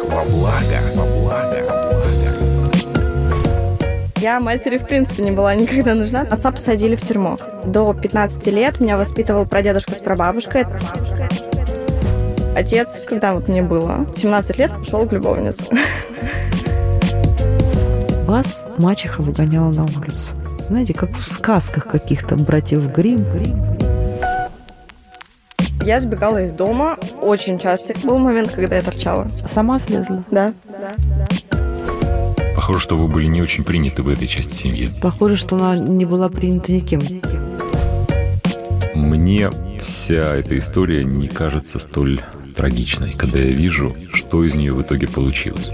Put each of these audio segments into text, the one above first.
Во благо. Я матери, в принципе, не была никогда нужна. Отца посадили в тюрьму. До 15 лет меня воспитывал прадедушка с прабабушкой. Отец, когда вот мне было 17 лет, ушел к любовнице. Вас мачеха выгоняла на улицу. Знаете, как в сказках каких-то братьев Гримм. Я сбегала из дома очень часто. Был момент, когда я торчала. Сама слезла? Да. Похоже, что вы были не очень приняты в этой части семьи. Похоже, что она не была принята никем. Мне вся эта история не кажется столь трагичной, когда я вижу, что из нее в итоге получилось.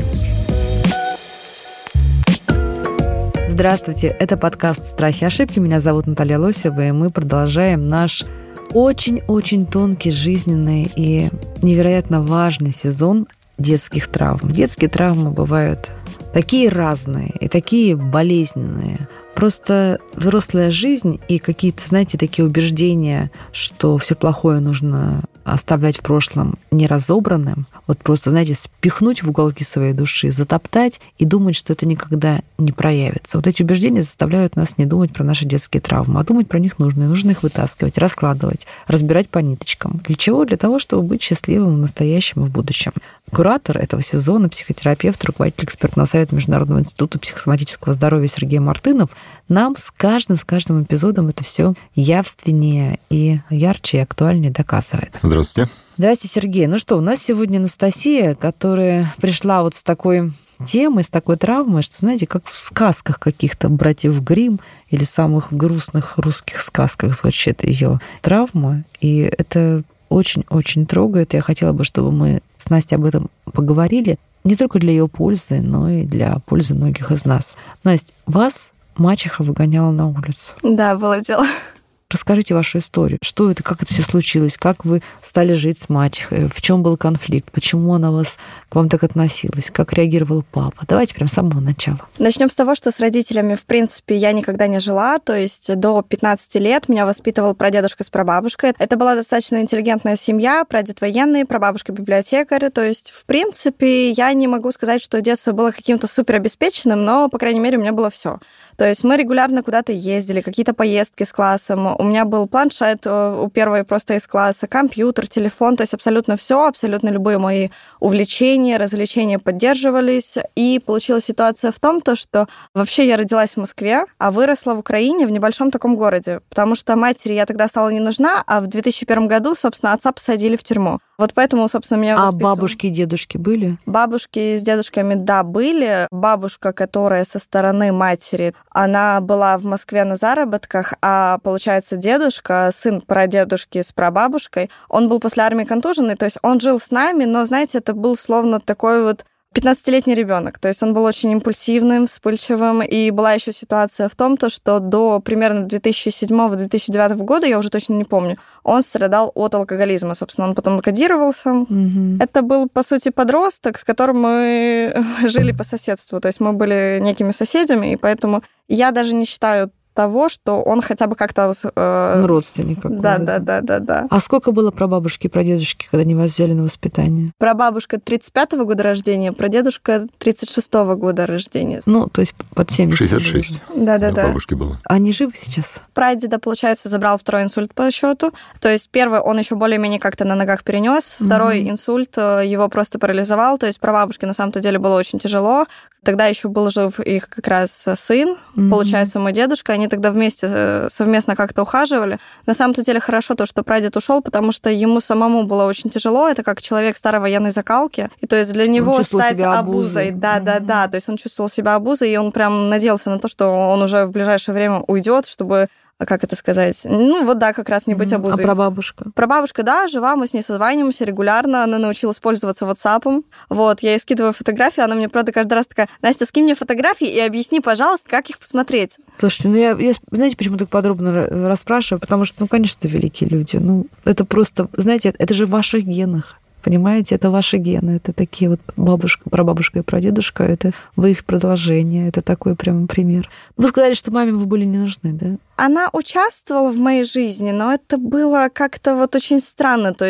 Здравствуйте, это подкаст «Страхи и ошибки». Меня зовут Наталья Лосева, и мы продолжаем наш очень-очень тонкий, жизненный и невероятно важный сезон детских травм. Детские травмы бывают такие разные и такие болезненные. Просто взрослая жизнь и какие-то, знаете, такие убеждения, что все плохое нужно оставлять в прошлом неразобранным, вот просто, знаете, спихнуть в уголки своей души, затоптать и думать, что это никогда не проявится. Вот эти убеждения заставляют нас не думать про наши детские травмы, а думать про них нужно. И нужно их вытаскивать, раскладывать, разбирать по ниточкам. Для чего? Для того, чтобы быть счастливым в настоящем и в будущем. Куратор этого сезона, психотерапевт, руководитель экспертного совета Международного института психосоматического здоровья Сергей Мартынов нам с каждым эпизодом это все явственнее и ярче и актуальнее доказывает. Здравствуйте. Здравствуйте, Сергей. Ну что, у нас сегодня Анастасия, которая пришла вот с такой темой, с такой травмой, что, знаете, как в сказках каких-то братьев Гримм или самых грустных русских сказках звучит ее травма. И это очень-очень трогает. Я хотела бы, чтобы мы с Настей об этом поговорили. Не только для ее пользы, но и для пользы многих из нас. Настя, вас мачеха выгоняла на улицу. Да, было дело. Расскажите вашу историю. Что это, как это все случилось? Как вы стали жить с мачехой? В чем был конфликт? Почему она к вам так относилась? Как реагировал папа? Давайте прям с самого начала. Начнем с того, что с родителями, в принципе, я никогда не жила. То есть до 15 лет меня воспитывал прадедушка с прабабушкой. Это была достаточно интеллигентная семья, прадед военный, прабабушка библиотекарь. То есть, в принципе, я не могу сказать, что детство было каким-то суперобеспеченным, но, по крайней мере, у меня было все. То есть мы регулярно куда-то ездили, какие-то поездки с классом. У меня был планшет у первой просто из класса, компьютер, телефон, то есть абсолютно все, абсолютно любые мои увлечения, развлечения поддерживались. И получилась ситуация в том, что вообще я родилась в Москве, а выросла в Украине, в небольшом таком городе, потому что матери я тогда стала не нужна, а в 2001 году, собственно, отца посадили в тюрьму. Вот поэтому, собственно, меня воспитывали. А бабушки и дедушки были? Бабушки с дедушками, да, были. Бабушка, которая со стороны матери, она была в Москве на заработках, а, получается, дедушка, сын прадедушки с прабабушкой, он был после армии контуженный, то есть он жил с нами, но, знаете, это был словно такой вот 15-летний ребенок, то есть он был очень импульсивным, вспыльчивым, и была еще ситуация в том, что до примерно 2007-2009 года, я уже точно не помню, он страдал от алкоголизма, собственно, он потом кодировался. Угу. Это был, по сути, подросток, с которым мы жили по соседству, то есть мы были некими соседями, и поэтому я даже не считаю того, что он хотя бы как-то... родственник какой-то. Да. А сколько было прабабушки и прадедушки, когда они вас взяли на воспитание? Прабабушка 35-го года рождения, прадедушка 36-го года рождения. Ну, то есть под 70. 66. Да. Бабушке было. Они живы сейчас? Прадеда, получается, забрал второй инсульт по счету. То есть первый он еще более-менее как-то на ногах перенес, второй инсульт его просто парализовал. То есть прабабушке на самом-то деле было очень тяжело. Тогда еще был жив их как раз сын, получается, мой дедушка. Они тогда вместе, совместно как-то ухаживали. На самом-то деле хорошо то, что прадед ушел, потому что ему самому было очень тяжело. Это как человек старой военной закалки. И то есть для него стать обузой. Да. То есть он чувствовал себя обузой, и он прям надеялся на то, что он уже в ближайшее время уйдет, чтобы... Как это сказать? Ну, вот да, как раз не быть обузой. А прабабушка? Прабабушка, да, жива, мы с ней созваниваемся регулярно, она научилась пользоваться WhatsApp. Вот, я ей скидываю фотографии, она мне, правда, каждый раз такая: Настя, скинь мне фотографии и объясни, пожалуйста, как их посмотреть. Слушайте, ну я знаете, почему так подробно расспрашиваю? Потому что, конечно, великие люди. Ну, это просто, знаете, это же в ваших генах. Понимаете, это ваши гены, это такие вот бабушка, прабабушка и прадедушка, это вы их продолжение, это такой прям пример. Вы сказали, что маме вы были не нужны, да? Она участвовала в моей жизни, но это было как-то вот очень странно. То есть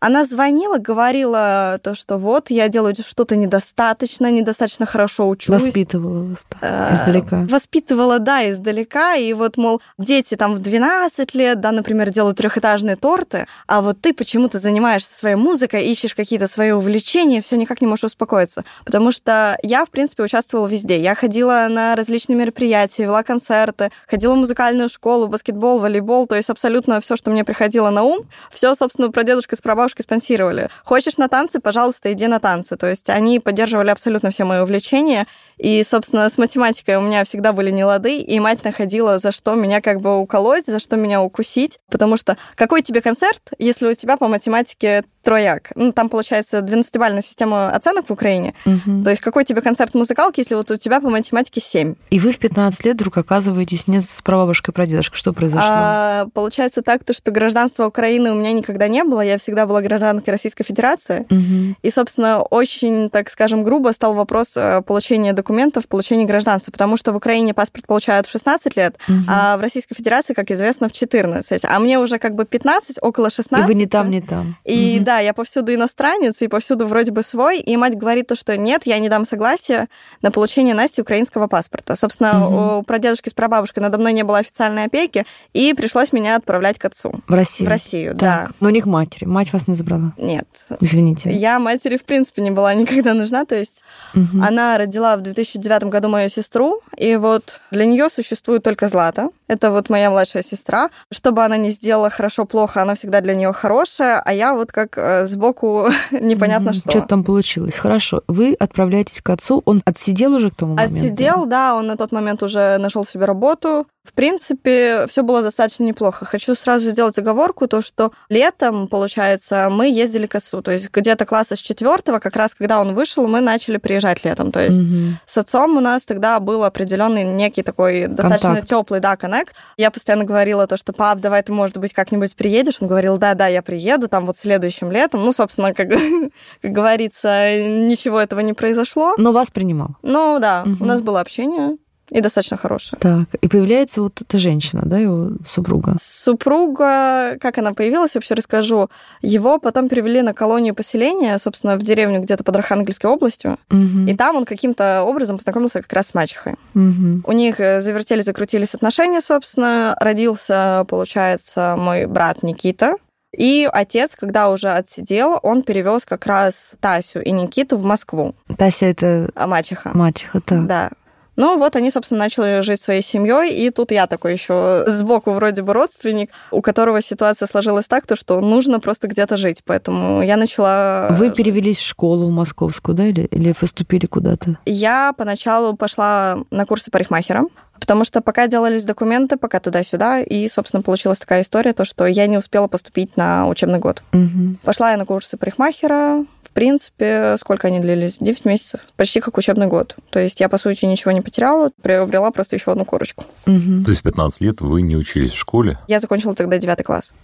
Она звонила, говорила то, что вот, я делаю что-то недостаточно хорошо учусь. Воспитывала вас издалека. Воспитывала, да, издалека. И вот, мол, дети там в 12 лет, да, например, делают 3-этажные торты, а вот ты почему-то занимаешься своей музыкой, ищешь какие-то свои увлечения, все никак не можешь успокоиться. Потому что я, в принципе, участвовала везде. Я ходила на различные мероприятия, вела концерты, ходила в музыкальную школу, баскетбол, волейбол, то есть абсолютно все, что мне приходило на ум, все, собственно, прадедушка с прабабушкой спонсировали. Хочешь на танцы, пожалуйста, иди на танцы. То есть они поддерживали абсолютно все мои увлечения. И, собственно, с математикой у меня всегда были нелады, и мать находила, за что меня как бы уколоть, за что меня укусить. Потому что какой тебе концерт, если у тебя по математике трояк? Ну, там, получается, 12-бальная система оценок в Украине. То есть какой тебе концерт музыкалки, если вот у тебя по математике 7? И вы в 15 лет вдруг оказываетесь не с прабабушкой, прадедушкой. Что произошло? Получается так, что гражданства Украины у меня никогда не было. Я всегда была гражданкой Российской Федерации. И, собственно, очень, так скажем, грубо стал вопрос получения документов, получения гражданства, потому что в Украине паспорт получают в 16 лет, а в Российской Федерации, как известно, в 14. А мне уже как бы 15, около 16. И вы ни там, ни там. И да, я повсюду иностранец, и повсюду вроде бы свой, и мать говорит то, что нет, я не дам согласия на получение Насти украинского паспорта. Собственно, у прадедушки с прабабушкой надо мной не было официальной опеки, и пришлось меня отправлять к отцу. В Россию? В Россию, так. да. Но не к матери. Мать вас не забрала? Нет. Извините. Я матери, в принципе, не была никогда нужна, то есть она родила в 2009 году мою сестру, и вот для нее существует только Злата. Это вот моя младшая сестра. Что бы она ни сделала хорошо-плохо, она всегда для нее хорошая, а я вот как сбоку непонятно что. Что-то там получилось. Хорошо. Вы отправляетесь к отцу. Он отсидел уже к тому моменту? Отсидел, да. Он на тот момент уже нашел себе работу. В принципе, все было достаточно неплохо. Хочу сразу сделать оговорку, то, что летом, получается, мы ездили к отцу. То есть где-то класса с 4-го, как раз когда он вышел, мы начали приезжать летом. То есть с отцом у нас тогда был определенный некий такой достаточно теплый, да, коннект. Я постоянно говорила то, что пап, давай ты, может быть, как-нибудь приедешь. Он говорил, да, я приеду, там вот следующим летом. Ну, собственно, как говорится, ничего этого не произошло. Но вас принимал? Ну, да, у нас было общение. И достаточно хорошая. Так, и появляется вот эта женщина, да, его супруга? Супруга, как она появилась, вообще расскажу. Его потом перевели на колонию поселения, собственно, в деревню где-то под Архангельской областью. И там он каким-то образом познакомился как раз с мачехой. У них завертелись-закрутились отношения, собственно. Родился, получается, мой брат Никита. И отец, когда уже отсидел, он перевез как раз Тасю и Никиту в Москву. Тася — это... мачеха. Мачеха, так. Да. Ну вот они, собственно, начали жить своей семьей, и тут я такой еще сбоку вроде бы родственник, у которого ситуация сложилась так, то, что нужно просто где-то жить, поэтому я начала... Вы перевелись в школу в московскую, да, или поступили куда-то? Я поначалу пошла на курсы парикмахера, потому что пока делались документы, пока туда-сюда, и, собственно, получилась такая история, то, что я не успела поступить на учебный год. Пошла я на курсы парикмахера. В принципе, сколько они длились? 9 месяцев. Почти как учебный год. То есть я, по сути, ничего не потеряла, приобрела просто еще одну корочку. То есть в 15 лет вы не учились в школе? Я закончила тогда 9 класс.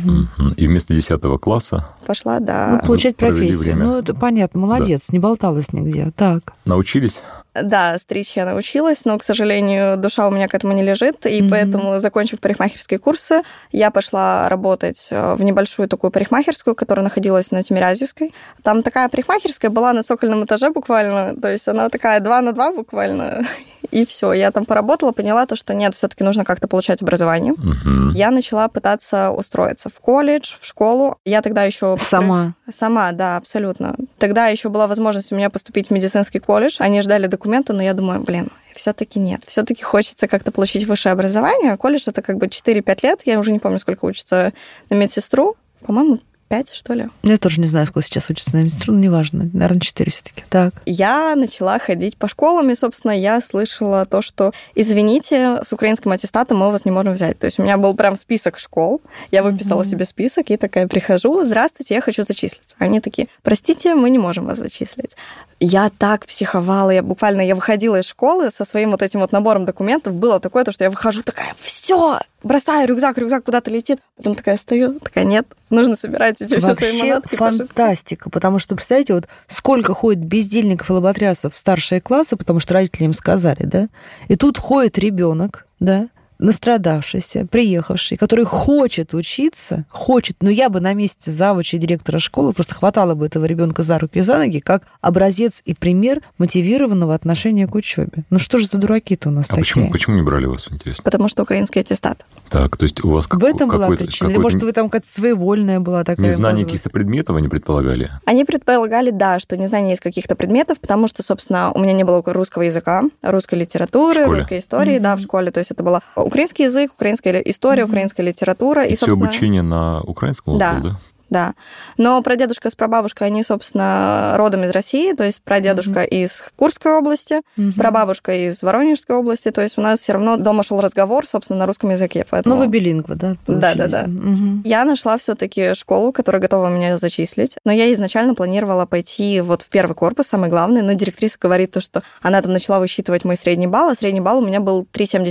И вместо 10 класса? Пошла, да. Ну, получать профессию. Время. Ну, это понятно, молодец, не болталась нигде. Так. Научились? Да, стричь я научилась, но, к сожалению, душа у меня к этому не лежит, и поэтому, закончив парикмахерские курсы, я пошла работать в небольшую такую парикмахерскую, которая находилась на Тимирязевской. Там такая парикмахерская была на цокольном этаже буквально, то есть она такая 2 на 2 буквально, и все. Я там поработала, поняла то, что нет, все-таки нужно как-то получать образование. Я начала пытаться устроиться в колледж, в школу. Я тогда еще... Сама? Сама, да, абсолютно. Тогда еще была возможность у меня поступить в медицинский колледж. Они ждали документы, но я думаю, все-таки нет. Все-таки хочется как-то получить высшее образование. Колледж — это как бы 4-5 лет. Я уже не помню, сколько учится на медсестру. По-моему, 5, что ли? Я тоже не знаю, сколько сейчас учится на медсестру, но неважно. Наверное, 4 все-таки. Так. Я начала ходить по школам, и, собственно, я слышала то, что, извините, с украинским аттестатом мы вас не можем взять. То есть у меня был прям список школ. Я выписала себе список, и такая прихожу: здравствуйте, я хочу зачислиться. Они такие: простите, мы не можем вас зачислить. Я так психовала, я выходила из школы со своим вот этим вот набором документов. Было такое, то, что я выхожу такая: все, бросаю рюкзак куда-то летит. Потом такая стою, такая: нет, нужно собирать эти все свои манатки. Вообще фантастика, потому что, представляете, вот сколько ходит бездельников и лоботрясов в старшие классы, потому что родители им сказали, да? И тут ходит ребенок, да, настрадавшийся, приехавший, который хочет учиться, но я бы на месте завуча и директора школы просто хватала бы этого ребенка за руки и за ноги как образец и пример мотивированного отношения к учебе. Ну что же за дураки-то у нас такие? Почему не брали вас, интересно? Потому что украинский аттестат. Так, то есть у вас в этом была причина? Или, может, вы там какая-то своевольная была такая? Незнание каких-то предметов они предполагали? Они предполагали, да, что незнание есть каких-то предметов, потому что, собственно, у меня не было русского языка, русской литературы, русской истории, да, в школе. То есть это было украинский язык, украинская история, украинская литература. И все обучение на украинском было, да? Да. Но прадедушка с прабабушкой, они, собственно, родом из России, то есть прадедушка из Курской области, прабабушка из Воронежской области, то есть у нас все равно дома шел разговор, собственно, на русском языке. Поэтому... Ну, вы билингва, да? Да. Я нашла все-таки школу, которая готова меня зачислить, но я изначально планировала пойти вот в первый корпус, самый главный, но директриса говорит то, что она там начала высчитывать мой средний балл, а средний балл у меня был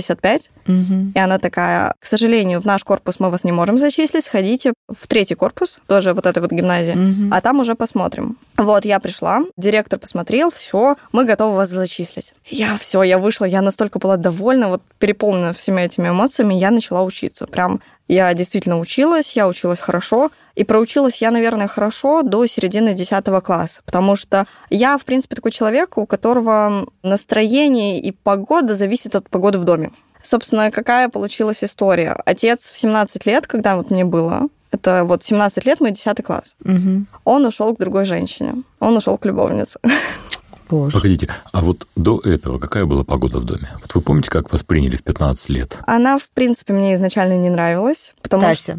3,75, и она такая: к сожалению, в наш корпус мы вас не можем зачислить, сходите в третий корпус, тоже вот этой вот гимназии, а там уже посмотрим. Вот, я пришла, директор посмотрел, все, мы готовы вас зачислить. Я вышла, я настолько была довольна, вот переполнена всеми этими эмоциями, я начала учиться. Прям я действительно училась, я училась хорошо, и проучилась я, наверное, хорошо до середины 10 класса, потому что я, в принципе, такой человек, у которого настроение и погода зависит от погоды в доме. Собственно, какая получилась история? Отец в 17 лет, когда вот мне было, это вот 17 лет, мой 10 класс, он ушел к другой женщине, он ушел к любовнице. Боже. Погодите, а вот до этого какая была погода в доме? Вот вы помните, как вас приняли в 15 лет? Она, в принципе, мне изначально не нравилась, потому что...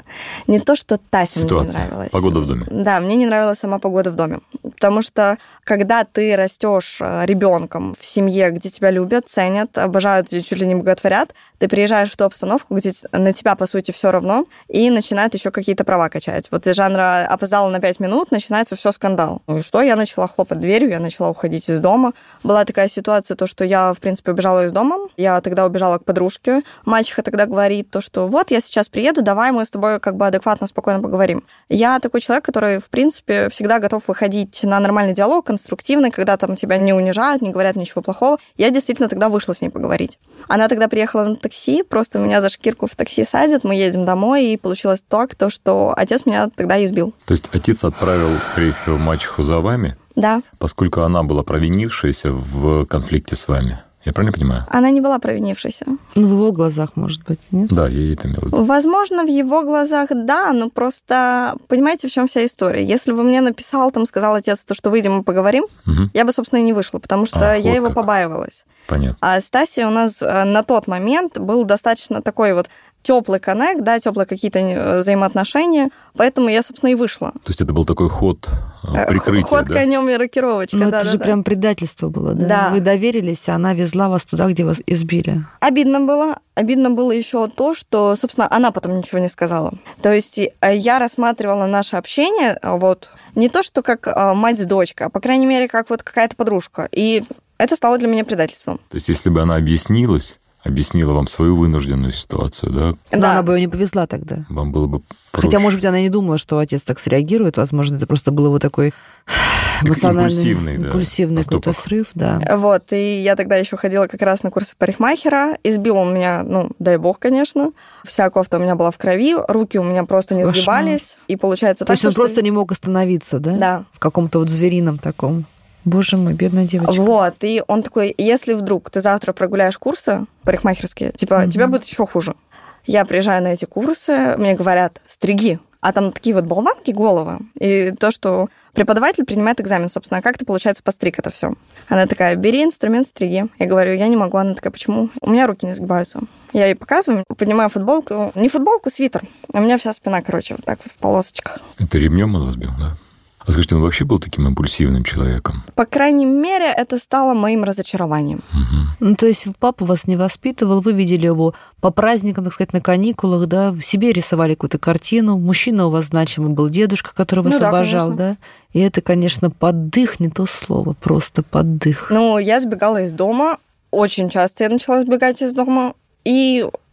Не то, что Тася мне не нравилась. Погода в доме. Да, мне не нравилась сама погода в доме. Потому что, когда ты растешь ребенком в семье, где тебя любят, ценят, обожают, чуть ли не боготворят, ты приезжаешь в ту обстановку, где на тебя, по сути, все равно, и начинают еще какие-то права качать. Вот из жанра опоздала на 5 минут, начинается все скандал. Ну и что? Я начала хлопать дверью, я начала уходить из дома. Была такая ситуация, то, что я, в принципе, убежала из дома. Я тогда убежала к подружке. Мачеха тогда говорит то, что вот, я сейчас приеду, давай мы с тобой как бы адекватно, спокойно поговорим. Я такой человек, который, в принципе, всегда готов выходить на нормальный диалог, конструктивный, когда там тебя не унижают, не говорят ничего плохого. Я действительно тогда вышла с ней поговорить. Она тогда приехала на такси, просто меня за шкирку в такси садят, мы едем домой, и получилось так, то, что отец меня тогда избил. То есть отец отправил, скорее всего, мачеху за вами? Да. Поскольку она была провинившаяся в конфликте с вами. Я правильно понимаю? Она не была провинившейся. Ну, в его глазах, может быть, нет? Да, я это имела в виду. Возможно, в его глазах, да, но просто понимаете, в чем вся история? Если бы мне написал, там, сказал отец, то, что выйдем и поговорим, я бы, собственно, и не вышла, потому что я его побаивалась. Понятно. А с Тасей у нас на тот момент был достаточно такой вот теплый коннект, да, теплые какие-то взаимоотношения, поэтому я, собственно, и вышла. То есть это был такой ход прикрытия, ход да? конем и рокировочка, Ну, да, это же прям предательство было, да? Да. Вы доверились, а она везла вас туда, где вас избили. Обидно было. Обидно было еще то, что, собственно, она потом ничего не сказала. То есть я рассматривала наше общение вот не то, что как мать с дочкой, а, по крайней мере, как вот какая-то подружка. И это стало для меня предательством. То есть если бы она объяснила вам свою вынужденную ситуацию, да? Но она бы ее не повезла тогда. Вам было бы проще. Хотя, может быть, она и не думала, что отец так среагирует. Возможно, это просто было вот такой эмоциональный, импульсивный какой-то срыв, да. Вот, и я тогда еще ходила как раз на курсы парикмахера. Избил он меня, ну, дай бог, конечно. Вся кофта у меня была в крови, руки у меня просто не сгибались. И получается так, то есть он просто не мог остановиться, да? Да. В каком-то вот зверином таком. Боже мой, бедная девочка. Вот, и он такой: если вдруг ты завтра прогуляешь курсы парикмахерские, типа, тебе будет еще хуже. Я приезжаю на эти курсы, мне говорят: стриги. А там такие вот болванки головы. И то, что преподаватель принимает экзамен, собственно, а как ты, получается, постриг это все. Она такая: бери инструмент стриги. Я говорю: я не могу. Она такая: почему? У меня руки не сгибаются. Я ей показываю, поднимаю футболку. Не футболку, свитер. У меня вся спина, короче, вот так вот в полосочках. Это ремнем он вас бил, да? А скажите, он вообще был таким импульсивным человеком? По крайней мере, это стало моим разочарованием. Ну, то есть папа вас не воспитывал, вы видели его по праздникам, так сказать, на каникулах, да, в себе рисовали какую-то картину, мужчина у вас значимый был, дедушка, который вас обожал, конечно. Да? И это, конечно, поддых, не то слово, просто поддых. Ну, я сбегала из дома, очень часто я начала сбегать из дома, и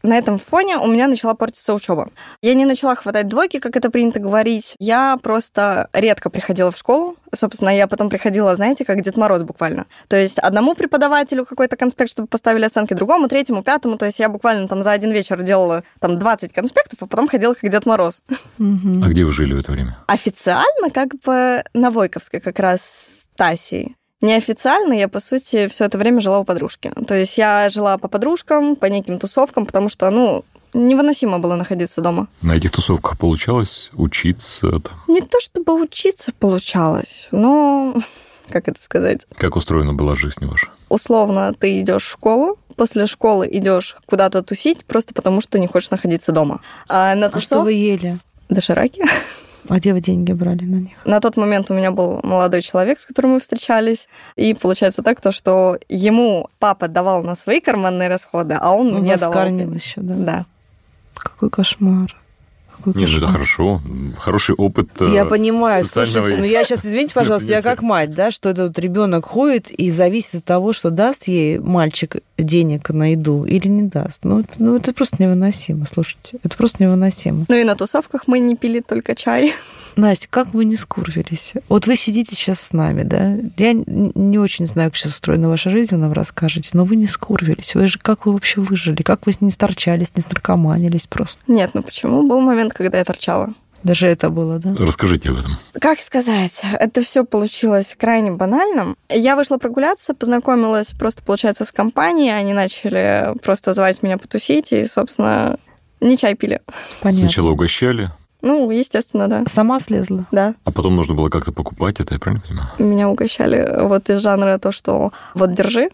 на этом фоне у меня начала портиться учеба. Я не начала хватать двойки, как это принято говорить. Я просто редко приходила в школу. Собственно, я потом приходила, знаете, как Дед Мороз буквально. То есть одному преподавателю какой-то конспект, чтобы поставили оценки, другому, третьему, пятому. То есть я буквально там за один вечер делала там 20 конспектов, а потом ходила как Дед Мороз. А где вы жили в это время? Официально как бы на Войковской как раз с Тасей. Неофициально я, по сути, все это время жила у подружки. То есть я жила по подружкам, по неким тусовкам, потому что, невыносимо было находиться дома. На этих тусовках получалось учиться? Там? Не то чтобы учиться получалось, но... Как это сказать? Как устроена была жизнь ваша? Условно, ты идешь в школу, после школы идешь куда-то тусить, просто потому что не хочешь находиться дома. Что вы ели? Дошираки. А где вы деньги брали на них? На тот момент у меня был молодой человек, с которым мы встречались. И получается так, что ему папа давал на свои карманные расходы, а он мне давал. Кормил еще, да? Да. Какой кошмар. Нет, это хорошо. Хороший опыт. Я понимаю, слушайте, я сейчас, извините, пожалуйста, я как мать, да, что этот ребенок ходит и зависит от того, что даст ей мальчик денег на еду или не даст. Это просто невыносимо, слушайте. Это просто невыносимо. И на тусовках мы не пили только чай. Настя, как вы не скурвились? Вот вы сидите сейчас с нами, да? Я не очень знаю, как сейчас устроена ваша жизнь, вы нам расскажете, но вы не скурвились. Как вы вообще выжили? Как вы не сторчались, не снаркоманились просто? Нет, почему? Был момент, когда я торчала. Даже это было, да? Расскажите об этом. Как сказать? Это все получилось крайне банальным. Я вышла прогуляться, познакомилась просто, получается, с компанией. Они начали просто звать меня потусить и, собственно, не чай пили. Понятно. Сначала угощали? Естественно, да. Сама слезла? Да. А потом нужно было как-то покупать это, я правильно понимаю? Меня угощали из жанра то, что держи,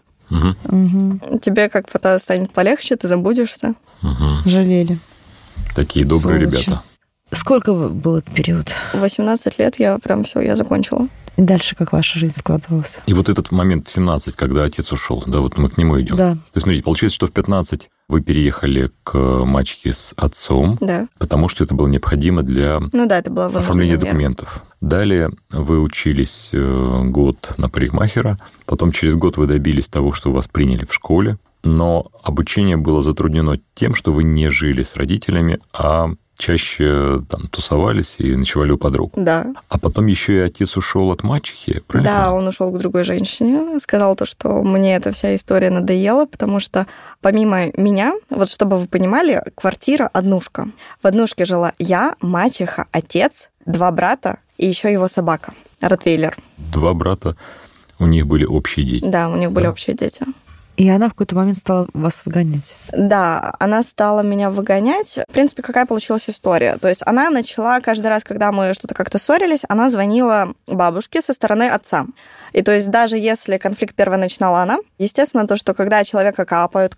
Угу. тебе как-то станет полегче, ты забудешься. Угу. Жалели. Такие добрые ребята. Сколько был этот период? 18 лет я я закончила. И дальше как ваша жизнь складывалась? И этот момент в 17, когда отец ушел, да, мы к нему идем. Да. То есть, смотрите, получается, что в 15 вы переехали к мачехе с отцом, да. Потому что это было необходимо для это было оформления документов. Далее вы учились год на парикмахера, потом через год вы добились того, что вас приняли в школе, но обучение было затруднено тем, что вы не жили с родителями, а чаще тусовались и ночевали у подруг. Да. А потом еще и отец ушел от мачехи, правильно? Да, он ушел к другой женщине. Сказал что мне эта вся история надоела, потому что помимо меня, чтобы вы понимали, квартира однушка. В однушке жила я, мачеха, отец, 2 брата и еще его собака, ротвейлер. 2 брата, у них были общие дети. Да, у них были общие дети. И она в какой-то момент стала вас выгонять. Да, она стала меня выгонять. В принципе, какая получилась история? То есть она начала каждый раз, когда мы что-то как-то ссорились, она звонила бабушке со стороны отца. И то есть даже если конфликт первый начинала она, естественно, то, что когда человека капают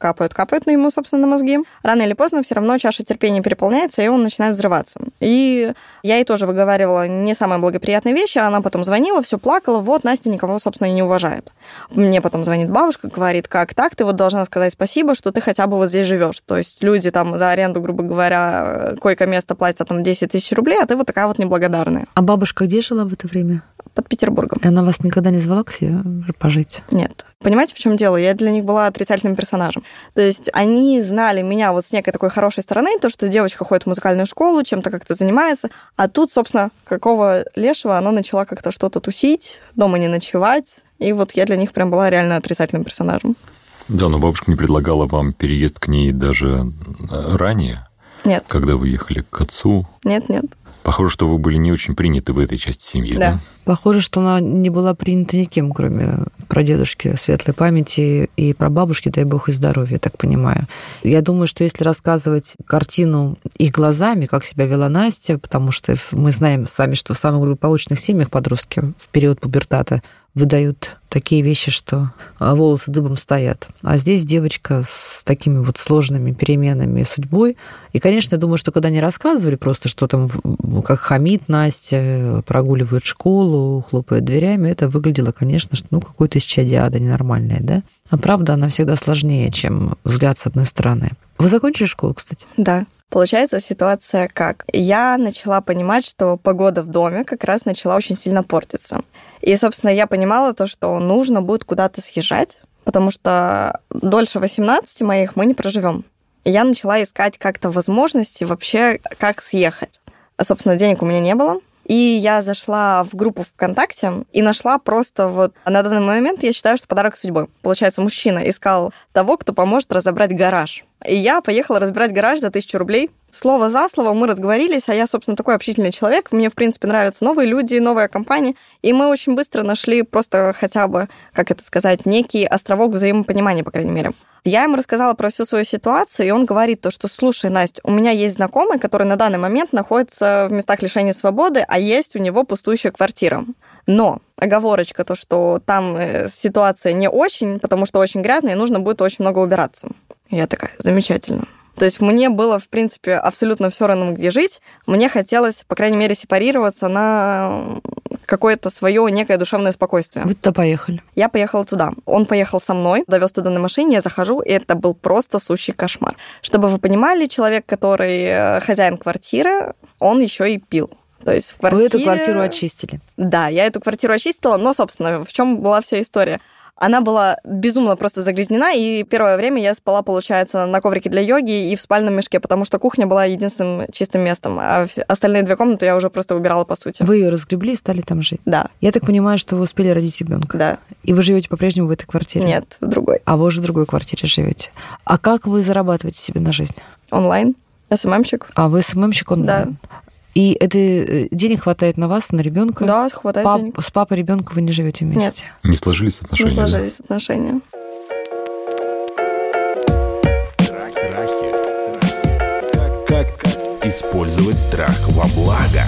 на ему, собственно, на мозги, рано или поздно все равно чаша терпения переполняется, и он начинает взрываться. И я ей тоже выговаривала не самые благоприятные вещи, она потом звонила, все плакала, Настя никого, собственно, и не уважает. Мне потом звонит бабушка, говорит, как так, ты должна сказать спасибо, что ты хотя бы здесь живешь. То есть люди за аренду, грубо говоря, койко-место платят 10 тысяч рублей, а ты такая неблагодарная. А бабушка где жила в это время? Под Петербургом. И она вас никогда не звала к себе пожить? Нет. Понимаете, в чем дело? Я для них была отрицательным персонажем. То есть они знали меня с некой такой хорошей стороны, то, что девочка ходит в музыкальную школу, чем-то как-то занимается, а тут, собственно, какого лешего она начала как-то что-то тусить, дома не ночевать, и я для них прям была реально отрицательным персонажем. Да, но бабушка не предлагала вам переезд к ней даже ранее? Нет. Когда вы ехали к отцу? Нет. Похоже, что вы были не очень приняты в этой части семьи, да? Похоже, что она не была принята никем, кроме прадедушки светлой памяти и прабабушки, дай бог и здоровья, я так понимаю. Я думаю, что если рассказывать картину их глазами, как себя вела Настя, потому что мы знаем сами, что в самых благополучных семьях подростки в период пубертата выдают такие вещи, что волосы дыбом стоят. А здесь девочка с такими сложными переменами судьбой. И, конечно, я думаю, что когда они рассказывали просто, что там, как хамит Настя, прогуливает школу, хлопает дверями, это выглядело, конечно, что какое-то исчадие ада ненормальное, да? А правда, она всегда сложнее, чем взгляд с одной стороны. Вы закончили школу, кстати? Да. Получается, ситуация как? Я начала понимать, что погода в доме как раз начала очень сильно портиться. И, собственно, я понимала что нужно будет куда-то съезжать, потому что дольше 18 моих мы не проживем. И я начала искать как-то возможности вообще, как съехать. Собственно, денег у меня не было. И я зашла в группу ВКонтакте и нашла просто вот... На данный момент я считаю, что подарок судьбы. Получается, мужчина искал того, кто поможет разобрать гараж. И я поехала разбирать гараж за 1000 рублей. Слово за слово мы разговорились, а я, собственно, такой общительный человек. Мне, в принципе, нравятся новые люди, новая компания. И мы очень быстро нашли просто хотя бы, как это сказать, некий островок взаимопонимания, по крайней мере. Я ему рассказала про всю свою ситуацию, и он говорит то, что, слушай, Настя, у меня есть знакомый, который на данный момент находится в местах лишения свободы, а есть у него пустующая квартира. Но оговорочка то, что там ситуация не очень, потому что очень грязно, и нужно будет очень много убираться. Я такая, замечательно. То есть мне было, в принципе, абсолютно все равно, где жить. Мне хотелось, по крайней мере, сепарироваться на какое-то свое некое душевное спокойствие. Вы туда поехали? Я поехала туда. Он поехал со мной, довез туда на машине, я захожу, и это был просто сущий кошмар. Чтобы вы понимали, человек, который хозяин квартиры, он еще и пил. То есть в квартире... Вы эту квартиру очистили? Да, я эту квартиру очистила, но, собственно, в чем была вся история? Она была безумно просто загрязнена, и первое время я спала, получается, на коврике для йоги и в спальном мешке, потому что кухня была единственным чистым местом, а остальные 2 комнаты я уже просто убирала, по сути. Вы ее разгребли и стали там жить? Да. Я так понимаю, что вы успели родить ребенка? Да. И вы живете по-прежнему в этой квартире? Нет, в другой. А вы уже в другой квартире живете. А как вы зарабатываете себе на жизнь? Онлайн. СММщик. А вы СММщик онлайн? Да. И это денег хватает на вас, на ребенка? Да, хватает денег. С папой ребенка вы не живете вместе? Нет. Не сложились отношения? Не сложились отношения. Как использовать страх во благо?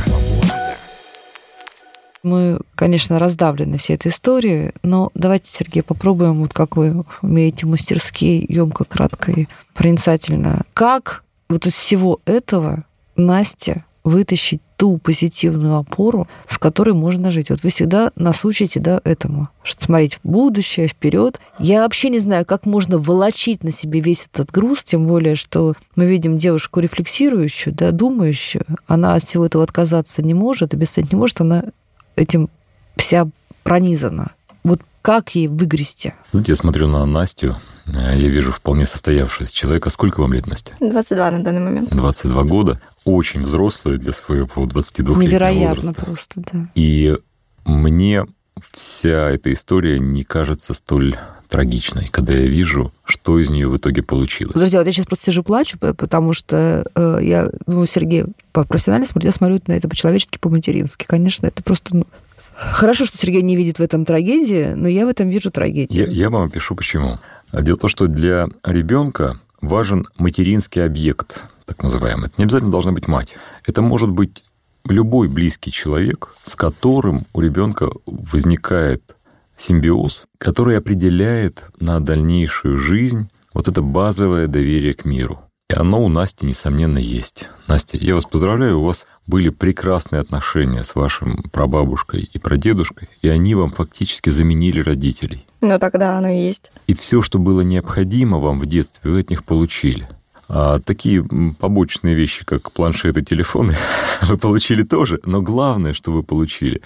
Мы, конечно, раздавлены всей этой историей, но давайте, Сергей, попробуем, вот как вы умеете мастерски, ёмко, кратко и проницательно. Как вот из всего этого Настя вытащить ту позитивную опору, с которой можно жить. Вот вы всегда нас учите, да, этому. Что смотреть в будущее, вперед. Я вообще не знаю, как можно волочить на себе весь этот груз, тем более, что мы видим девушку рефлексирующую, да, думающую. Она от всего этого отказаться не может, объяснить не может, она этим вся пронизана. Вот как ей выгрести? Знаете, я смотрю на Настю, я вижу вполне состоявшегося человека. Сколько вам лет, Настя? 22 на данный момент. 22 года. Очень взрослую для своего 22-летнего Невероятно возраста. просто, да. И мне вся эта история не кажется столь трагичной, когда я вижу, что из нее в итоге получилось. Друзья, вот я сейчас просто сижу, плачу, потому что я, Сергей по-профессионально смотрю, я смотрю на это по-человечески, по-матерински. Конечно, это просто... Хорошо, что Сергей не видит в этом трагедии, но я в этом вижу трагедию. Я вам опишу, почему. Дело в том, что для ребенка важен материнский объект, так называемый. Это не обязательно должна быть мать. Это может быть любой близкий человек, с которым у ребенка возникает симбиоз, который определяет на дальнейшую жизнь вот это базовое доверие к миру. И оно у Насти, несомненно, есть. Настя, я вас поздравляю, у вас были прекрасные отношения с вашим прабабушкой и прадедушкой, и они вам фактически заменили родителей. Ну, тогда оно и есть. И все, что было необходимо вам в детстве, вы от них получили. А такие побочные вещи, как планшеты, телефоны, вы получили тоже. Но главное, что вы получили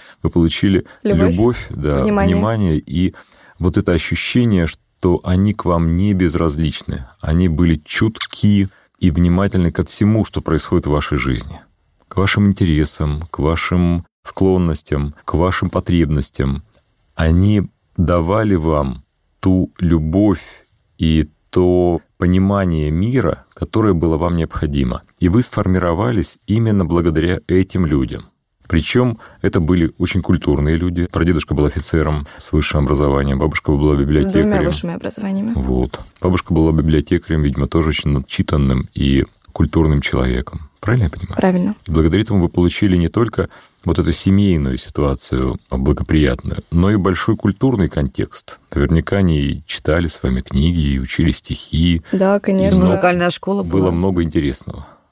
любовь, да, внимание и вот это ощущение, что они к вам не безразличны. Они были чутки и внимательны ко всему, что происходит в вашей жизни. К вашим интересам, к вашим склонностям, к вашим потребностям. Они давали вам ту любовь и то понимание мира, которое было вам необходимо. И вы сформировались именно благодаря этим людям. Причем это были очень культурные люди. Прадедушка был офицером с высшим образованием, бабушка была библиотекарем. С 2 высшими образованиями. Вот. Бабушка была библиотекарем, видимо, тоже очень начитанным и культурным человеком. Правильно я понимаю? Правильно. И благодаря этому вы получили не только вот эту семейную ситуацию благоприятную, но и большой культурный контекст. Наверняка они читали с вами книги и учили стихи. Да, конечно. Музыкальная школа была. Было много интересного.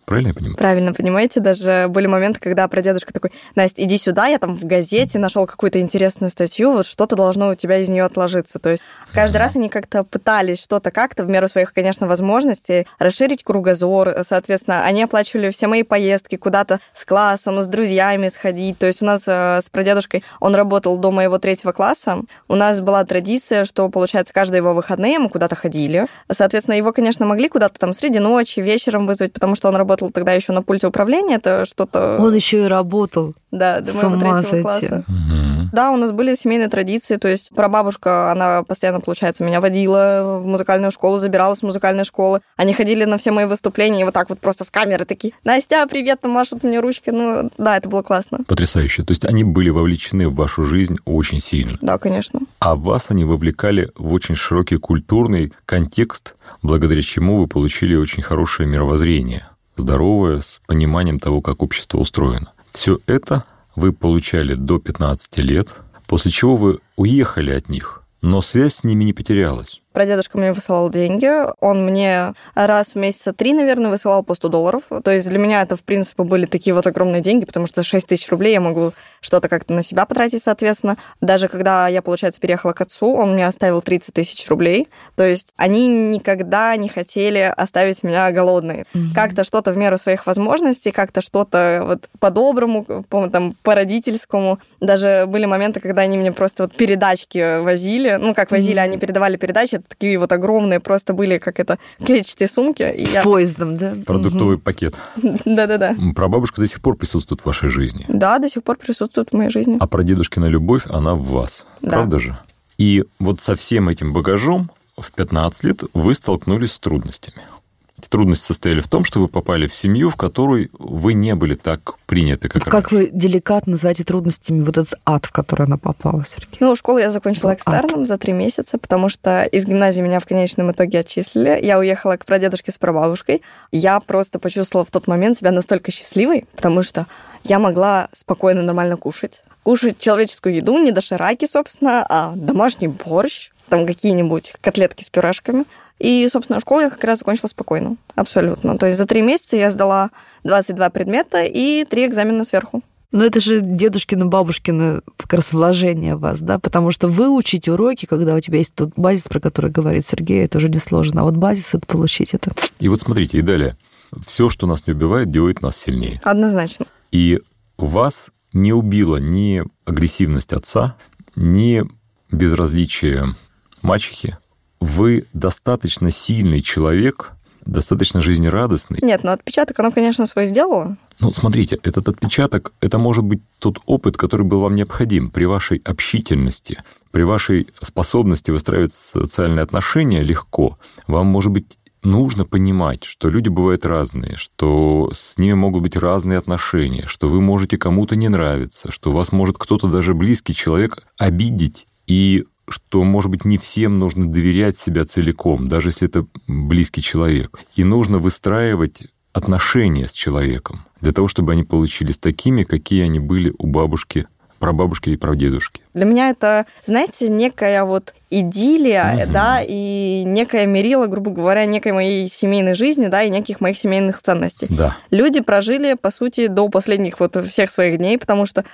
Правильно я понимаю? Правильно понимаете, даже были моменты, когда прадедушка такой: Настя, иди сюда, я там в газете нашел какую-то интересную статью, вот что-то должно у тебя из нее отложиться. То есть каждый раз они как-то пытались что-то как-то в меру своих, конечно, возможностей расширить кругозор. Соответственно, они оплачивали все мои поездки куда-то с классом, с друзьями сходить. То есть у нас с прадедушкой, он работал до моего 3 класса, у нас была традиция, что, получается, каждые его выходные мы куда-то ходили. Соответственно, его, конечно, могли куда-то там среди ночи, вечером вызвать, потому что он работал тогда еще на пульте управления, это что-то... Он еще и работал. Да, до моего 3 класса. Да, у нас были семейные традиции, то есть прабабушка, она постоянно, получается, меня водила в музыкальную школу, забирала с музыкальной школы. Они ходили на все мои выступления и вот так вот просто с камеры такие: Настя, привет, там машут мне ручки. Ну, да, это было классно. Потрясающе. То есть они были вовлечены в вашу жизнь очень сильно. Да, конечно. А вас они вовлекали в очень широкий культурный контекст, благодаря чему вы получили очень хорошее мировоззрение, здоровое, с пониманием того, как общество устроено. Все это вы получали до 15 лет, после чего вы уехали от них, но связь с ними не потерялась. Прадедушка мне высылал деньги. Он мне раз в месяца 3, наверное, высылал по $100. То есть для меня это, в принципе, были такие вот огромные деньги, потому что 6 тысяч рублей я могу что-то как-то на себя потратить, соответственно. Даже когда я, получается, переехала к отцу, он мне оставил 30 тысяч рублей. То есть они никогда не хотели оставить меня голодной. Как-то что-то в меру своих возможностей, как-то что-то вот по-доброму, по-родительскому. Даже были моменты, когда они мне просто вот передачки возили. Ну, как возили, они передавали передачи, такие вот огромные просто были, как это, клетчатые сумки. С поездом, да? Продуктовый пакет. Да-да-да. Прабабушка до сих пор присутствует в вашей жизни. Да, до сих пор присутствует в моей жизни. А прадедушкина любовь, она в вас. Да. Правда же? И вот со всем этим багажом в 15 лет вы столкнулись с трудностями. Эти трудности состояли в том, что вы попали в семью, в которой вы не были так приняты, как раньше. Как вы деликатно называете трудностями вот этот ад, в который она попала, Сергей? Ну, школу я закончила экстерном за 3 месяца, потому что из гимназии меня в конечном итоге отчислили. Я уехала к прадедушке с прабабушкой. Я просто почувствовала в тот момент себя настолько счастливой, потому что я могла спокойно, нормально кушать. Кушать человеческую еду, не дошираки, собственно, а домашний борщ, там какие-нибудь котлетки с пюрешками. И, собственно, школу я как раз закончила спокойно. Абсолютно. То есть за 3 месяца я сдала 22 предмета и 3 экзамена сверху. Но это же дедушкино, бабушкино как раз вложение в вас, да? Потому что выучить уроки, когда у тебя есть тот базис, про который говорит Сергей, это уже несложно. А вот базис это получить, это... И вот смотрите, и далее. Все, что нас не убивает, делает нас сильнее. Однозначно. И вас не убила ни агрессивность отца, ни безразличие мачехи. Вы достаточно сильный человек, достаточно жизнерадостный. Нет, но отпечаток, оно, конечно, свой сделало. Ну, смотрите, этот отпечаток, это может быть тот опыт, который был вам необходим при вашей общительности, при вашей способности выстраивать социальные отношения легко. Вам, может быть, нужно понимать, что люди бывают разные, что с ними могут быть разные отношения, что вы можете кому-то не нравиться, что вас может кто-то, даже близкий человек, обидеть, и что, может быть, не всем нужно доверять себя целиком, даже если это близкий человек. И нужно выстраивать отношения с человеком для того, чтобы они получились такими, какие они были у бабушки, прабабушки и прадедушки. Для меня это, знаете, некая вот идиллия, да, и некое мерило, грубо говоря, некой моей семейной жизни, да, и неких моих семейных ценностей. Да. Люди прожили, по сути, до последних вот всех своих дней, потому что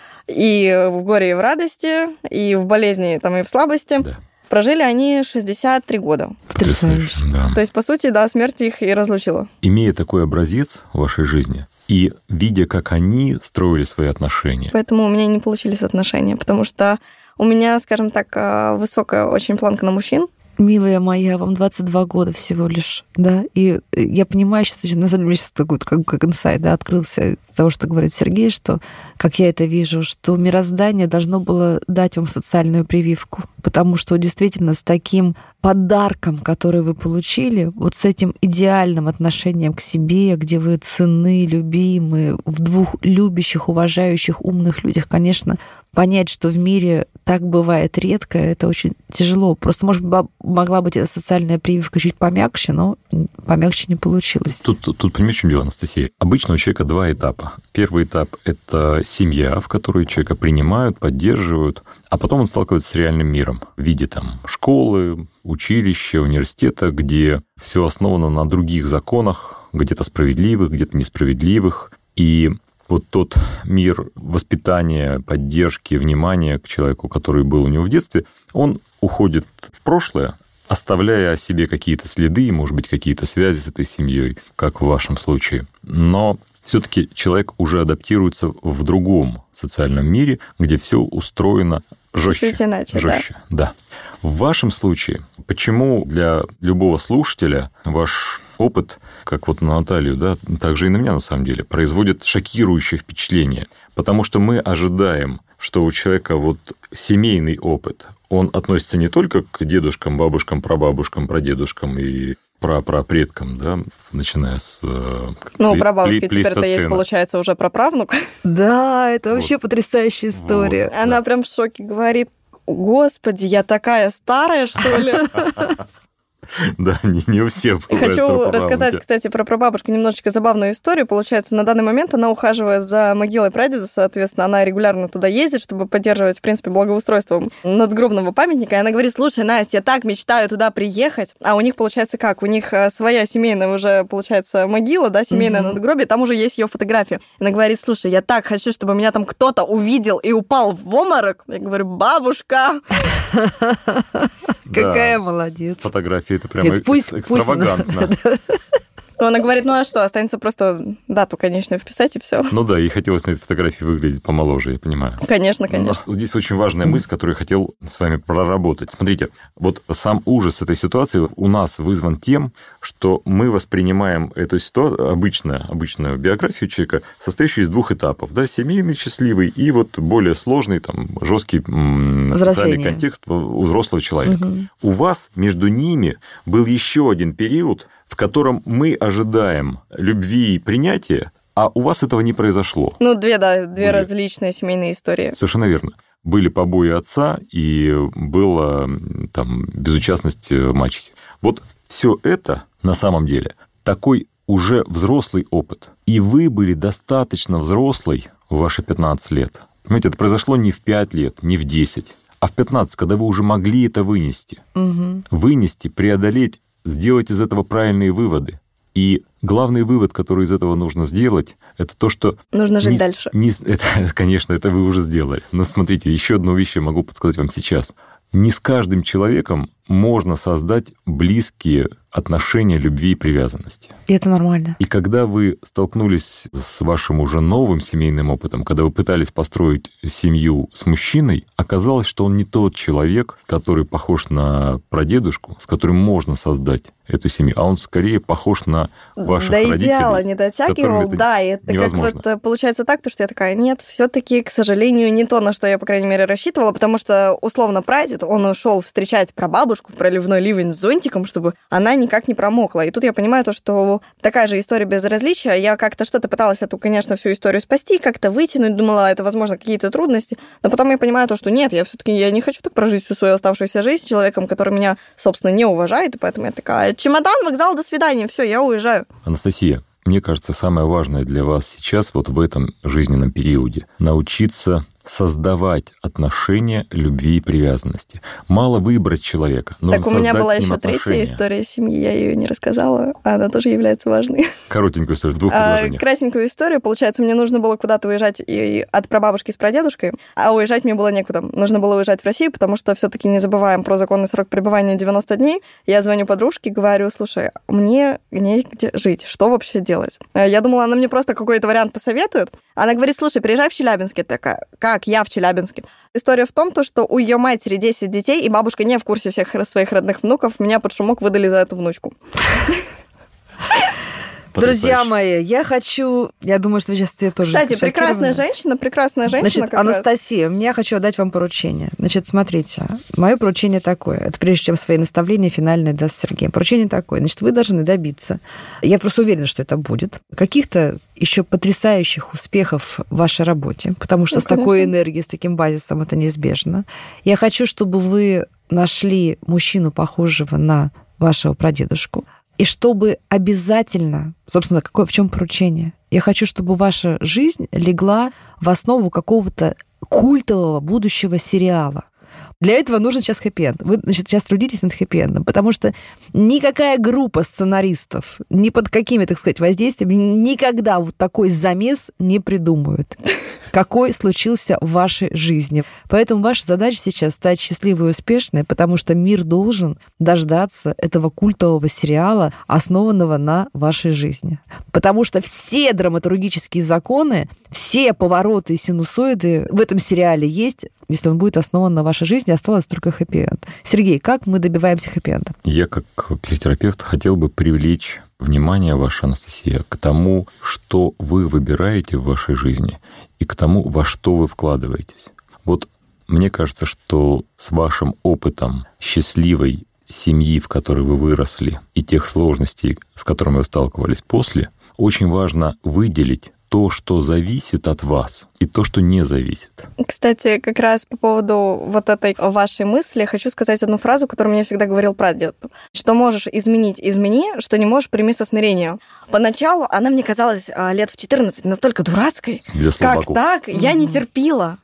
и в горе, и в радости, и в болезни, там, и в слабости прожили они 63 года. Потрясающе. Да. То есть, по сути, да, смерть их и разлучила. Имея такой образец в вашей жизни и видя, как они строили свои отношения. Поэтому у меня не получились отношения, потому что у меня, скажем так, высокая очень планка на мужчин. Милая моя, вам 22 года всего лишь, да, и я понимаю сейчас, на самом деле, сейчас такой как инсайт, да, открылся из того, что говорит Сергей, что, как я это вижу, что мироздание должно было дать вам социальную прививку, потому что действительно с таким подарком, который вы получили, вот с этим идеальным отношением к себе, где вы ценны, любимы, в 2 любящих, уважающих, умных людях, конечно, понять, что в мире так бывает редко, это очень тяжело. Просто, может быть, могла быть эта социальная прививка чуть помягче, но помягче не получилось. Тут понимаешь, в чем дело, Анастасия? Обычно у человека два этапа. Первый этап – это семья, в которой человека принимают, поддерживают, а потом он сталкивается с реальным миром в виде там школы, училища, университета, где все основано на других законах, где-то справедливых, где-то несправедливых. И вот тот мир воспитания, поддержки, внимания к человеку, который был у него в детстве, он уходит в прошлое, оставляя о себе какие-то следы, может быть, какие-то связи с этой семьей, как в вашем случае. Но все-таки человек уже адаптируется в другом социальном мире, где все устроено жестче. Чуть иначе, жестче, да. В вашем случае, почему для любого слушателя ваш опыт, как вот на Наталью, да, также и на меня на самом деле, производит шокирующее впечатление? Потому что мы ожидаем, что у человека вот семейный опыт, он относится не только к дедушкам, бабушкам, прабабушкам, прадедушкам и прапредкам, да, начиная с прабабушки теперь-то есть, получается, уже праправнук. Да, это вообще потрясающая история. Вот, она прям в шоке говорит: «Господи, я такая старая, что ли?» Да, не у всех бывает. Хочу рассказать, кстати, про прабабушку немножечко забавную историю. Получается, на данный момент она ухаживает за могилой прадеда, соответственно, она регулярно туда ездит, чтобы поддерживать, в принципе, благоустройство надгробного памятника. И она говорит: слушай, Настя, я так мечтаю туда приехать. А у них, получается, как? У них своя семейная уже, получается, могила, да, семейное надгробие, там уже есть ее фотография. Она говорит: слушай, я так хочу, чтобы меня там кто-то увидел и упал в обморок. Я говорю: бабушка! Какая молодец. Фотографии это прямо экстравагантно. Но она говорит: ну а что, останется просто дату конечную вписать, и все. Ну да, ей хотелось на этой фотографии выглядеть помоложе, я понимаю. Конечно, конечно. Вот здесь очень важная мысль, которую я хотел с вами проработать. Смотрите, вот сам ужас этой ситуации у нас вызван тем, что мы воспринимаем эту ситуацию, обычную биографию человека, состоящую из двух этапов, да, семейный, счастливый, и вот более сложный, там, жесткий социальный контекст у взрослого человека. У вас между ними был еще один период, в котором мы ожидаем любви и принятия, а у вас этого не произошло. Ну, две различные семейные истории. Совершенно верно. Были побои отца, и была там безучастность мачехи. Вот все это на самом деле такой уже взрослый опыт. И вы были достаточно взрослой в ваши 15 лет. Понимаете, это произошло не в 5 лет, не в 10, а в 15, когда вы уже могли это вынести. Вынести, преодолеть, сделать из этого правильные выводы. И главный вывод, который из этого нужно сделать, это то, что... Нужно жить дальше. Конечно, это вы уже сделали. Но смотрите, еще одну вещь я могу подсказать вам сейчас. Не с каждым человеком можно создать близкие отношения любви и привязанности. И это нормально. И когда вы столкнулись с вашим уже новым семейным опытом, когда вы пытались построить семью с мужчиной, оказалось, что он не тот человек, который похож на прадедушку, с которым можно создать эту семью, а он скорее похож на ваших родителей. До идеала не дотягивал, да, и это невозможно. Как вот получается так, что я такая: нет, все-таки, к сожалению, не то, на что я, по крайней мере, рассчитывала, потому что, условно, прадед, он ушел встречать прабабушку в проливной ливень с зонтиком, чтобы она никак не промокла. И тут я понимаю то, что такая же история безразличия. Я как-то что-то пыталась эту, конечно, всю историю спасти, как-то вытянуть, думала, это, возможно, какие-то трудности, но потом я понимаю то, что нет, я все-таки не хочу так прожить всю свою оставшуюся жизнь с человеком, который меня, собственно, не уважает, и поэтому я такая: чемодан, вокзал, до свидания, все, я уезжаю. Анастасия, мне кажется, самое важное для вас сейчас, вот в этом жизненном периоде, научиться создавать отношения любви и привязанности. Мало выбрать человека, но так у меня была еще третья история семьи, я ее не рассказала, а она тоже является важной. Коротенькую историю, в двух предложениях. Красненькую историю. Получается, мне нужно было куда-то уезжать от прабабушки с прадедушкой, а уезжать мне было некуда. Нужно было уезжать в Россию, потому что все-таки не забываем про законный срок пребывания 90 дней. Я звоню подружке, говорю: слушай, мне негде жить, что вообще делать? Я думала, она мне просто какой-то вариант посоветует. Она говорит: слушай, приезжай в Челябинск. Я такая: как я в Челябинске? История в том, что у ее матери 10 детей, и бабушка не в курсе всех своих родных внуков. Меня под шумок выдали за эту внучку. Друзья мои, я думаю, что вы сейчас все тоже Кстати, прекрасная женщина, Значит, Анастасия, я хочу отдать вам поручение. Значит, смотрите, мое поручение такое, это прежде чем свои наставления финальные даст Сергей. Поручение такое, значит, вы должны добиться, я просто уверена, что это будет, каких-то еще потрясающих успехов в вашей работе, потому что с такой энергией, с таким базисом это неизбежно. Я хочу, чтобы вы нашли мужчину, похожего на вашего прадедушку, и чтобы обязательно, собственно, в чем поручение? Я хочу, чтобы ваша жизнь легла в основу какого-то культового будущего сериала. Для этого нужен сейчас хэппи-энд. Вы, значит, сейчас трудитесь над хэппи-эндом, потому что никакая группа сценаристов ни под какими, так сказать, воздействиями никогда вот такой замес не придумают, какой случился в вашей жизни. Поэтому ваша задача сейчас стать счастливой и успешной, потому что мир должен дождаться этого культового сериала, основанного на вашей жизни. Потому что все драматургические законы, все повороты и синусоиды в этом сериале есть, если он будет основан на вашей жизни, осталось только хэппи-энд. Сергей, как мы добиваемся хэппи-энда? Я, как психотерапевт, хотел бы привлечь внимание ваше, Анастасия, к тому, что вы выбираете в вашей жизни, и к тому, во что вы вкладываетесь. Вот мне кажется, что с вашим опытом счастливой семьи, в которой вы выросли, и тех сложностей, с которыми вы сталкивались после, очень важно выделить то, что зависит от вас, и то, что не зависит. Кстати, как раз по поводу вот этой вашей мысли хочу сказать одну фразу, которую мне всегда говорил прадед. Что можешь изменить, измени, что не можешь, прими со смирением. Поначалу она мне казалась лет в 14 настолько дурацкой. Как так? Я не терпила.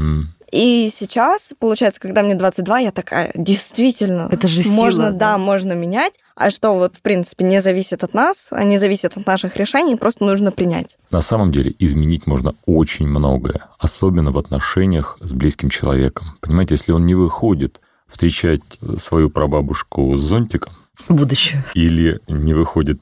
И сейчас, получается, когда мне 22, я такая, действительно, это же сила, можно менять. А что вот, в принципе, не зависит от нас, а не зависит от наших решений, просто нужно принять. На самом деле изменить можно очень многое, особенно в отношениях с близким человеком. Понимаете, если он не выходит встречать свою прабабушку с зонтиком, будущее, или не выходит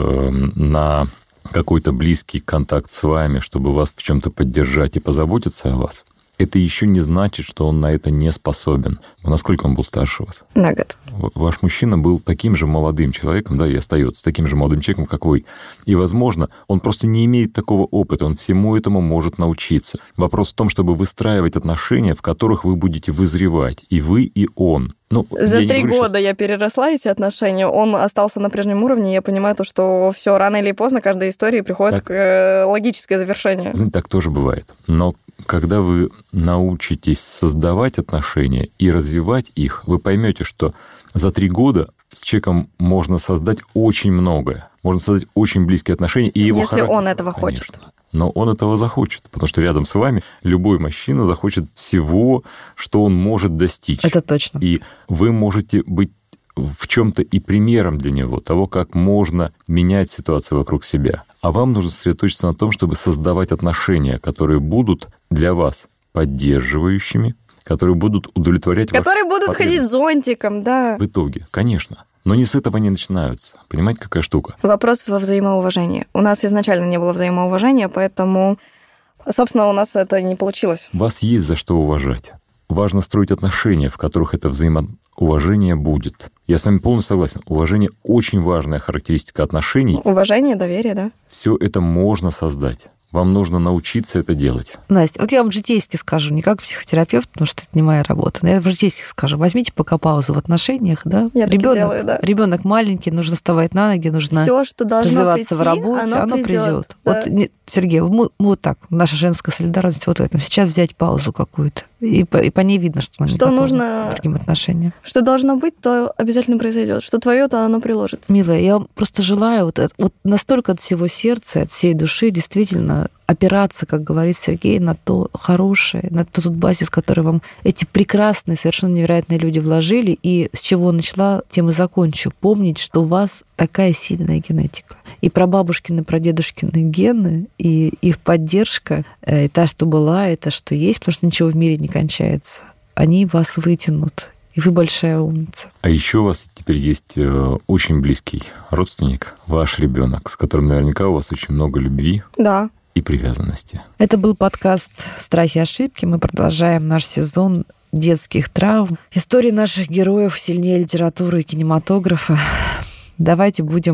на какой-то близкий контакт с вами, чтобы вас в чем-то поддержать и позаботиться о вас, это еще не значит, что он на это не способен. Насколько он был старше вас? На год. Ваш мужчина был таким же молодым человеком, да, и остается таким же молодым человеком, как вы. И, возможно, он просто не имеет такого опыта, он всему этому может научиться. Вопрос в том, чтобы выстраивать отношения, в которых вы будете вызревать, и вы, и он. За 3 года я переросла эти отношения, он остался на прежнем уровне, я понимаю то, что все рано или поздно каждой истории приходит к логическое завершение. Знаете, так тоже бывает. Но когда вы научитесь создавать отношения и развивать их, вы поймете, что за 3 года с человеком можно создать очень многое. Можно создать очень близкие отношения. И его если он этого конечно, хочет. Но он этого захочет, потому что рядом с вами любой мужчина захочет всего, что он может достичь. Это точно. И вы можете быть в чем-то и примером для него, того, как можно менять ситуацию вокруг себя. А вам нужно сосредоточиться на том, чтобы создавать отношения, которые будут для вас поддерживающими, которые будут удовлетворять вас. Которые будут ходить зонтиком, да. В итоге, конечно. Но не с этого они начинаются. Понимаете, какая штука? Вопрос во взаимоуважении. У нас изначально не было взаимоуважения, поэтому, собственно, у нас это не получилось. Вас есть за что уважать. Важно строить отношения, в которых это взаимоуважение будет. Я с вами полностью согласен. Уважение – очень важная характеристика отношений. Уважение, доверие, да. Все это можно создать. Вам нужно научиться это делать. Настя, вот я вам житейски скажу, не как психотерапевт, потому что это не моя работа, но я вам житейски скажу. Возьмите пока паузу в отношениях, да? Я делаю, да. Ребенок маленький, нужно вставать на ноги, нужно всё, что должно развиваться в работе, оно придет. Да. Вот, Сергей, мы вот так, наша женская солидарность вот в этом. Сейчас взять паузу какую-то, и по ней видно, что она не готова к другим отношениям. Что должно быть, то обязательно произойдет. Что твое, то оно приложится. Милая, я вам просто желаю вот настолько от всего сердца, от всей души действительно опираться, как говорит Сергей, на то хорошее, на тот базис, который вам эти прекрасные, совершенно невероятные люди вложили, и с чего начала, тем и закончу. Помнить, что у вас такая сильная генетика. И прабабушкины, прадедушкины гены, и их поддержка, и та, что была, и та, что есть, потому что ничего в мире не кончается, они вас вытянут. И вы большая умница. А еще у вас теперь есть очень близкий родственник, ваш ребенок, с которым наверняка у вас очень много любви. Да. И привязанности. Это был подкаст «Страхи и ошибки». Мы продолжаем наш сезон детских травм. Истории наших героев сильнее литературы и кинематографа. Давайте будем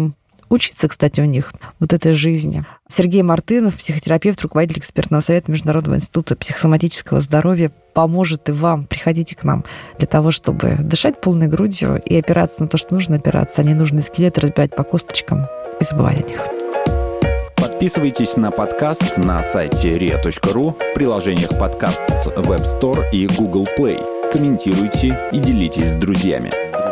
учиться, кстати, у них вот этой жизни. Сергей Мартынов, психотерапевт, руководитель экспертного совета Международного института психосоматического здоровья, поможет и вам. Приходите к нам для того, чтобы дышать полной грудью и опираться на то, что нужно опираться, а не нужные скелеты разбирать по косточкам и забывать о них. Подписывайтесь на подкаст на сайте ria.ru, в приложениях подкаст с Web Store и Google Play. Комментируйте и делитесь с друзьями.